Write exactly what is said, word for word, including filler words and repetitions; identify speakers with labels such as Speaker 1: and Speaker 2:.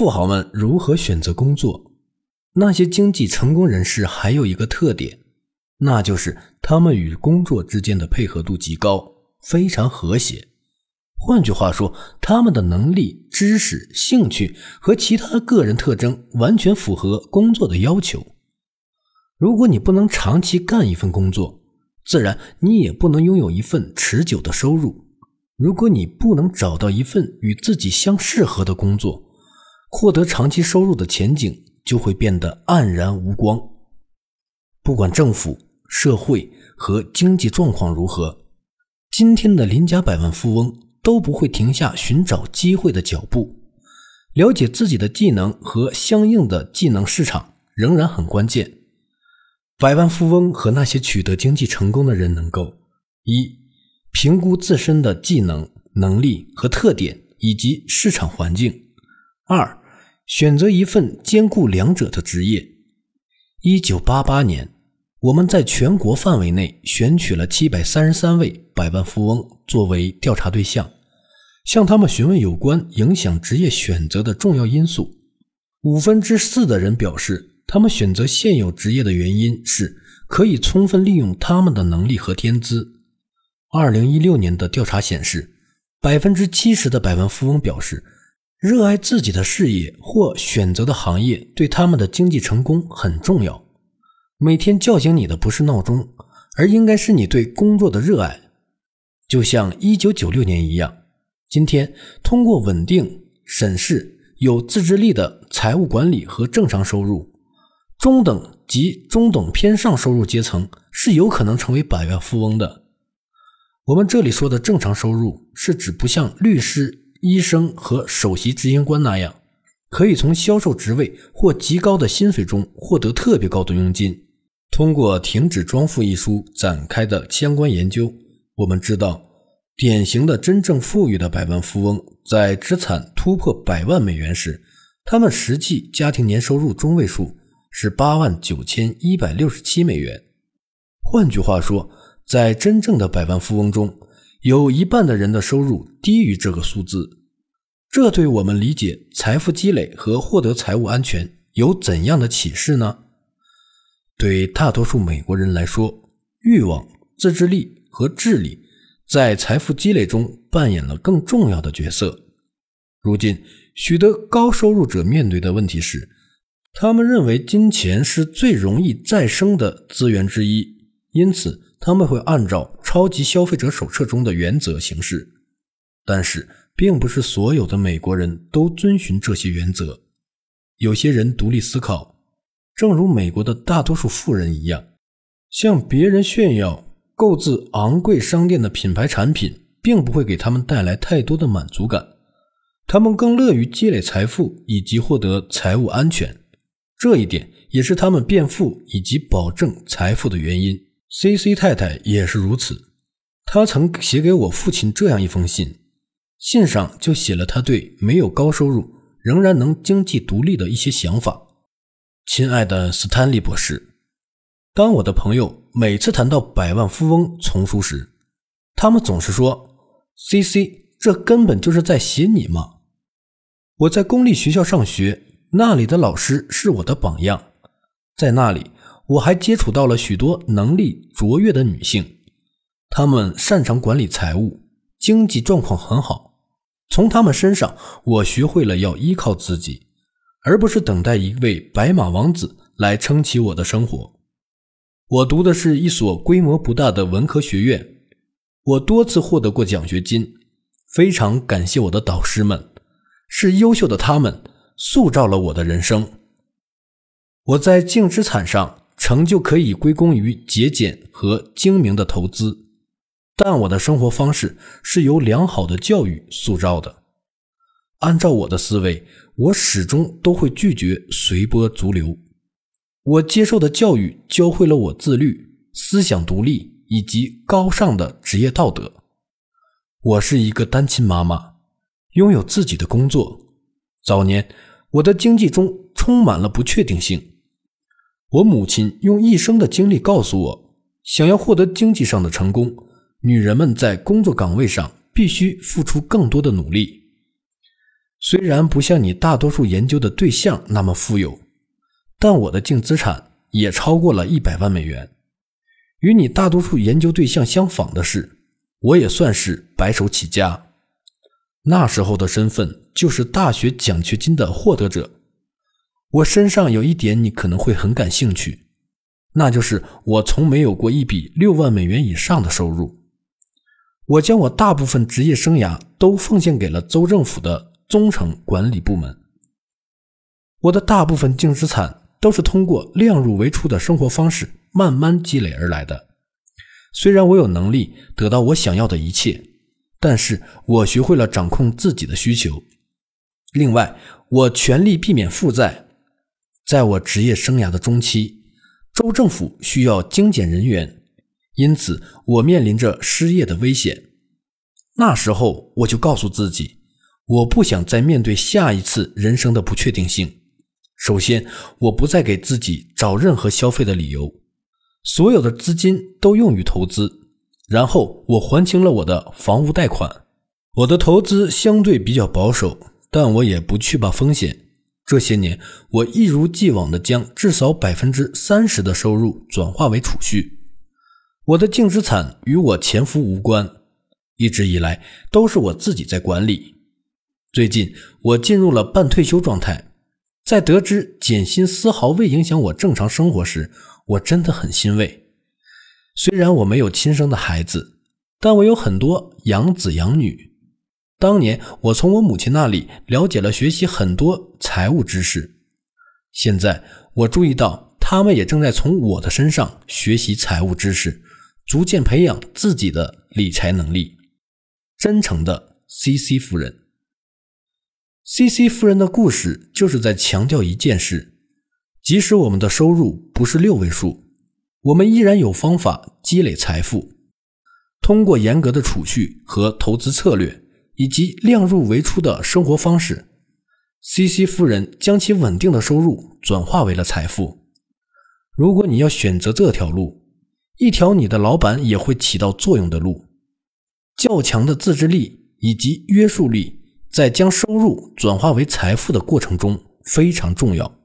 Speaker 1: 富豪们如何选择工作？那些经济成功人士还有一个特点，那就是他们与工作之间的配合度极高，非常和谐。换句话说，他们的能力、知识、兴趣和其他个人特征完全符合工作的要求。如果你不能长期干一份工作，自然你也不能拥有一份持久的收入。如果你不能找到一份与自己相适合的工作，获得长期收入的前景就会变得黯然无光。不管政府、社会和经济状况如何，今天的邻家百万富翁都不会停下寻找机会的脚步。了解自己的技能和相应的技能市场仍然很关键。百万富翁和那些取得经济成功的人能够：一、评估自身的技能、能力和特点以及市场环境；二、选择一份兼顾两者的职业。一九八八年，我们在全国范围内选取了七百三十三位百万富翁作为调查对象，向他们询问有关影响职业选择的重要因素。五分之四的人表示，他们选择现有职业的原因是可以充分利用他们的能力和天资。二零一六年的调查显示， 百分之七十 的百万富翁表示，热爱自己的事业或选择的行业对他们的经济成功很重要。每天叫醒你的不是闹钟，而应该是你对工作的热爱。就像一九九六年一样，今天通过稳定、审视、有自制力的财务管理和正常收入，中等及中等偏上收入阶层是有可能成为百万富翁的。我们这里说的正常收入，是指不像律师、医生和首席执行官那样，可以从销售职位或极高的薪水中获得特别高的佣金。通过《停止装富》一书展开的相关研究，我们知道，典型的真正富裕的百万富翁在资产突破百万美元时，他们实际家庭年收入中位数是八万九千一百六十七美元。换句话说，在真正的百万富翁中，有一半的人的收入低于这个数字。这对我们理解财富积累和获得财务安全有怎样的启示呢？对大多数美国人来说，欲望、自制力和智力在财富积累中扮演了更重要的角色。如今，许多高收入者面对的问题是，他们认为金钱是最容易再生的资源之一，因此他们会按照超级消费者手册中的原则行事。但是并不是所有的美国人都遵循这些原则。有些人独立思考，正如美国的大多数富人一样，向别人炫耀购置昂贵商店的品牌产品并不会给他们带来太多的满足感，他们更乐于积累财富以及获得财务安全，这一点也是他们变富以及保证财富的原因。 C C 太太也是如此，她曾写给我父亲这样一封信，信上就写了他对没有高收入仍然能经济独立的一些想法。亲爱的斯坦利博士，当我的朋友每次谈到百万富翁丛书时，他们总是说 C C 这根本就是在写你嘛。我在公立学校上学，那里的老师是我的榜样，在那里我还接触到了许多能力卓越的女性，她们擅长管理财务，经济状况很好，从她们身上我学会了要依靠自己，而不是等待一位白马王子来撑起我的生活。我读的是一所规模不大的文科学院，我多次获得过奖学金，非常感谢我的导师们，是优秀的他们塑造了我的人生。我在净资产上成就可以归功于节俭和精明的投资，但我的生活方式是由良好的教育塑造的。按照我的思维，我始终都会拒绝随波逐流。我接受的教育教会了我自律、思想独立以及高尚的职业道德。我是一个单亲妈妈，拥有自己的工作。早年，我的经济中充满了不确定性。我母亲用一生的经历告诉我，想要获得经济上的成功，女人们在工作岗位上必须付出更多的努力。 虽然不像你大多数研究的对象那么富有，但我的净资产也超过了一百万美元。与你大多数研究对象相仿的是，我也算是白手起家。那时候的身份就是大学奖学金的获得者。我身上有一点你可能会很感兴趣，那就是我从没有过一笔六万美元以上的收入。我将我大部分职业生涯都奉献给了州政府的中层管理部门。我的大部分净资产都是通过量入为出的生活方式慢慢积累而来的。虽然我有能力得到我想要的一切，但是我学会了掌控自己的需求。另外，我全力避免负债。在我职业生涯的中期，州政府需要精简人员，因此我面临着失业的危险。那时候我就告诉自己，我不想再面对下一次人生的不确定性。首先，我不再给自己找任何消费的理由，所有的资金都用于投资。然后我还清了我的房屋贷款。我的投资相对比较保守，但我也不去怕风险。这些年，我一如既往地将至少 百分之三十 的收入转化为储蓄。我的净资产与我前夫无关，一直以来都是我自己在管理。最近，我进入了半退休状态。在得知减薪丝毫未影响我正常生活时，我真的很欣慰。虽然我没有亲生的孩子，但我有很多养子养女。当年我从我母亲那里了解了学习很多财务知识，现在我注意到他们也正在从我的身上学习财务知识，逐渐培养自己的理财能力。真诚的 C C 夫人。 C C 夫人的故事就是在强调一件事，即使我们的收入不是六位数，我们依然有方法积累财富。通过严格的储蓄和投资策略，以及量入为出的生活方式， C C 夫人将其稳定的收入转化为了财富。如果你要选择这条路，一条你的老板也会起到作用的路，较强的自制力以及约束力在将收入转化为财富的过程中非常重要。